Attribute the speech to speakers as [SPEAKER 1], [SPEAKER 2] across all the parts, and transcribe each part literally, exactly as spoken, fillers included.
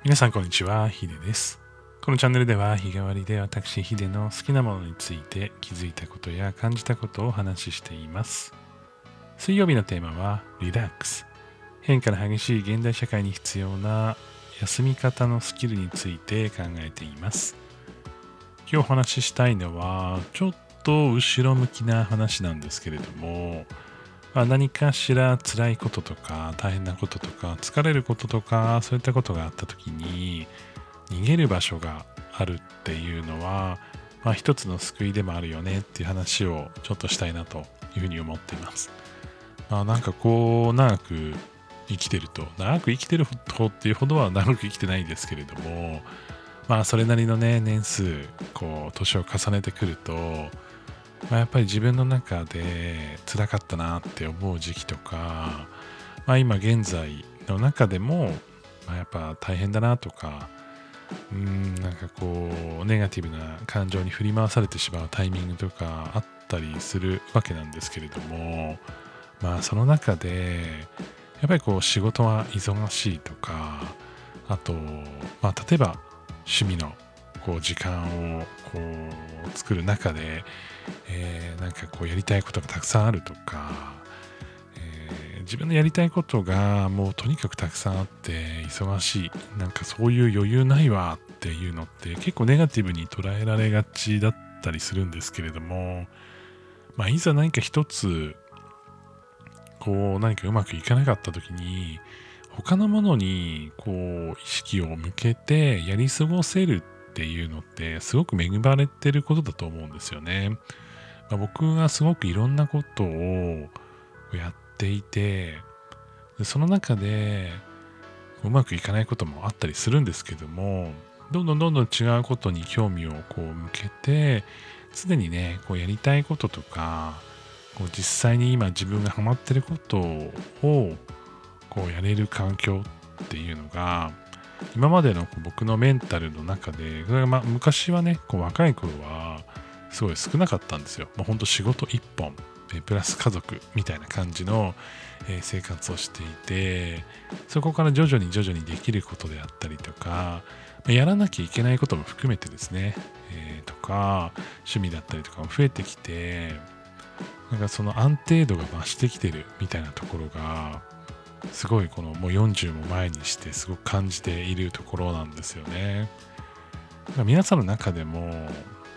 [SPEAKER 1] 皆さんこんにちは、ヒデです。このチャンネルでは日替わりで私ヒデの好きなものについて気づいたことや感じたことをお話ししています。水曜日のテーマはリラックス。変化の激しい現代社会に必要な休み方のスキルについて考えています。今日お話ししたいのはちょっと後ろ向きな話なんですけれども、まあ、何かしら辛いこととか大変なこととか疲れることとかそういったことがあった時に逃げる場所があるっていうのは、まあ、一つの救いでもあるよねっていう話をちょっとしたいなというふうに思っています。まあ、なんかこう長く生きてると長く生きてる方っていうほどは長く生きてないですけれども、まあそれなりのね年数こう年を重ねてくると、まあ、やっぱり自分の中で辛かったなって思う時期とか、まあ、今現在の中でも、まあ、やっぱ大変だなとか、うーんなんかこうネガティブな感情に振り回されてしまうタイミングとかあったりするわけなんですけれども、まあその中でやっぱりこう仕事は忙しいとか、あと、まあ、例えば趣味のこう時間をこう作る中で、えーなんかこうやりたいことがたくさんあるとか、えー自分のやりたいことがもうとにかくたくさんあって忙しい、なんかそういう余裕ないわっていうのって結構ネガティブに捉えられがちだったりするんですけれども、まあいざ何か一つこう何かうまくいかなかった時に他のものにこう意識を向けてやり過ごせるっていうのってすごく恵まれてることだと思うんですよね。まあ、僕がすごくいろんなことをやっていて、でその中でうまくいかないこともあったりするんですけども、どんどんどんどん違うことに興味をこう向けて、常にね、こうやりたいこととか、こう実際に今自分がハマってることをこうやれる環境っていうのが、今までのこう僕のメンタルの中で、それがまあ昔はね、こう若い頃はすごい少なかったんですよ。もうほんと仕事一本、えプラス家族みたいな感じの、えー生活をしていて、そこから徐々に徐々にできることであったりとか、まあやらなきゃいけないことも含めてですね、えーとか、趣味だったりとかも増えてきて、なんかその安定度が増してきてるみたいなところが、すごいこのもうよんじゅうも前にしてすごく感じているところなんですよね。まあ皆さんの中でも、もう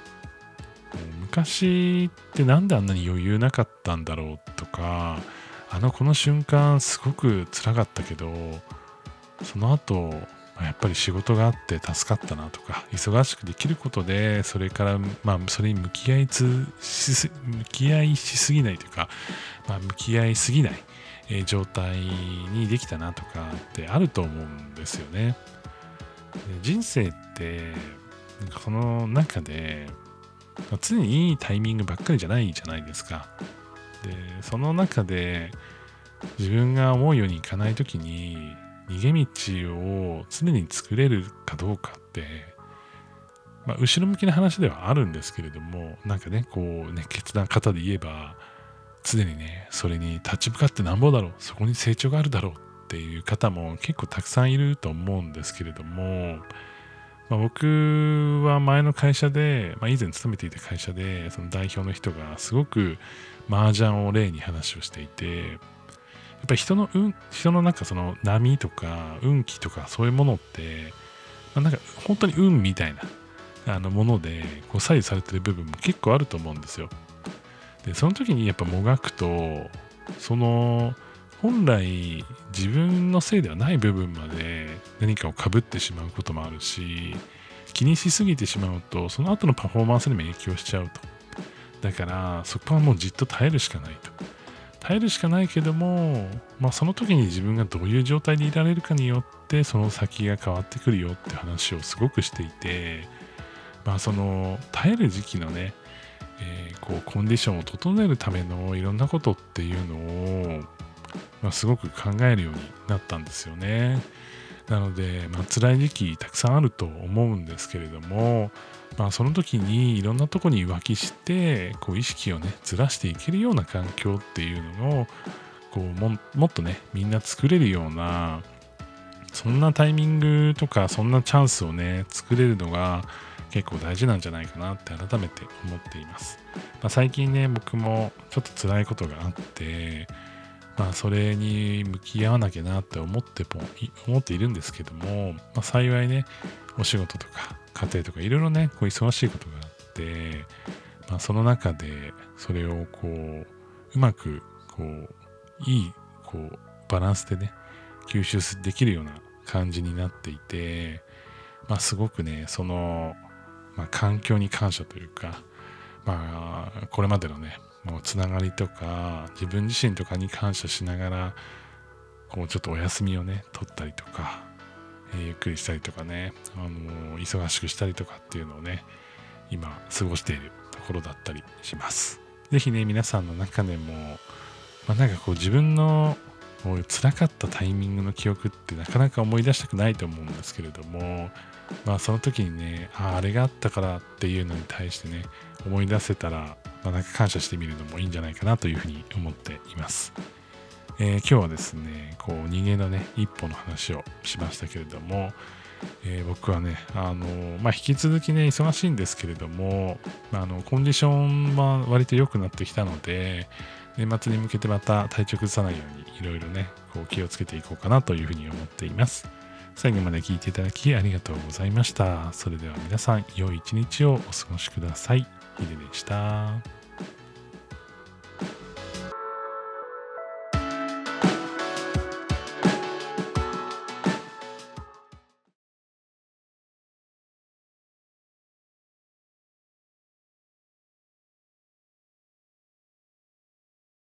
[SPEAKER 1] 昔ってなんであんなに余裕なかったんだろうとか、あのこの瞬間すごく辛かったけど、その後、まあやっぱり仕事があって助かったなとか、忙しくできることで、それから、まあ、それに向き合いつしす、向き合いしすぎないというか、まあ、向き合いすぎない、えー状態にできたなとかってあると思うんですよね。で人生って、なんかその中で、まあ常にいいタイミングばっかりじゃないじゃないですか。で、その中で自分が思うようにいかないときに逃げ道を常に作れるかどうかって、まあ、後ろ向きな話ではあるんですけれども、なんかね、こうね、決断方で言えば、常にね、それに立ち向かってなんぼだろう、そこに成長があるだろうっていう方も結構たくさんいると思うんですけれども、まあ、僕は前の会社で、まあ、以前勤めていた会社で、その代表の人がすごく麻雀を例に話をしていて、やっぱり人の運、人のなんかその波とか運気とかそういうものって、まあ、なんか本当に運みたいなあのものでこう左右されてる部分も結構あると思うんですよ。で、その時にやっぱもがくと、その本来自分のせいではない部分まで何かを被ってしまうこともあるし、気にしすぎてしまうと、その後のパフォーマンスにも影響しちゃうと。だから、そこはもうじっと耐えるしかないと。耐えるしかないけども、まあその時に自分がどういう状態でいられるかによって、その先が変わってくるよって話をすごくしていて、まあその耐える時期のね、えーこうコンディションを整えるためのいろんなことっていうのを、まあ、すごく考えるようになったんですよね。なので、まあ辛い時期たくさんあると思うんですけれども、まあ、その時にいろんなとこに浮気してこう意識をねずらしていけるような環境っていうのをこうももっとねみんな作れるようなそんなタイミングとかそんなチャンスをね作れるのが結構大事なんじゃないかなって改めて思っています。まあ、最近ね僕もちょっと辛いことがあって、まあ、それに向き合わなきゃなって思っても思っているんですけども、まあ、幸いねお仕事とか家庭とかいろいろねこう忙しいことがあって、まあ、その中でそれをこううまくこういいこうバランスでね吸収できるような感じになっていて、まあ、すごくねその、まあ、環境に感謝というか、まあ、これまでのねもうつながりとか自分自身とかに感謝しながらこうちょっとお休みをね取ったりとか、えーゆっくりしたりとかね、あのー忙しくしたりとかっていうのをね今過ごしているところだったりします。ぜひね皆さんの中でも、まあ、なんかこう自分のもう辛かったタイミングの記憶ってなかなか思い出したくないと思うんですけれども、まあその時にね、ああ、あれがあったからっていうのに対してね、思い出せたら、まあ、なんか感謝してみるのもいいんじゃないかなというふうに思っています。えー今日はですね、こう人間のね、一歩の話をしましたけれども、えー僕はね、あのまあ、引き続きね、忙しいんですけれども、あのコンディションは割と良くなってきたので、年末に向けてまた体調崩さないようにいろいろね、こう気をつけていこうかなというふうに思っています。最後まで聞いていただきありがとうございました。それでは皆さん、良い一日をお過ごしください。ヒデでした。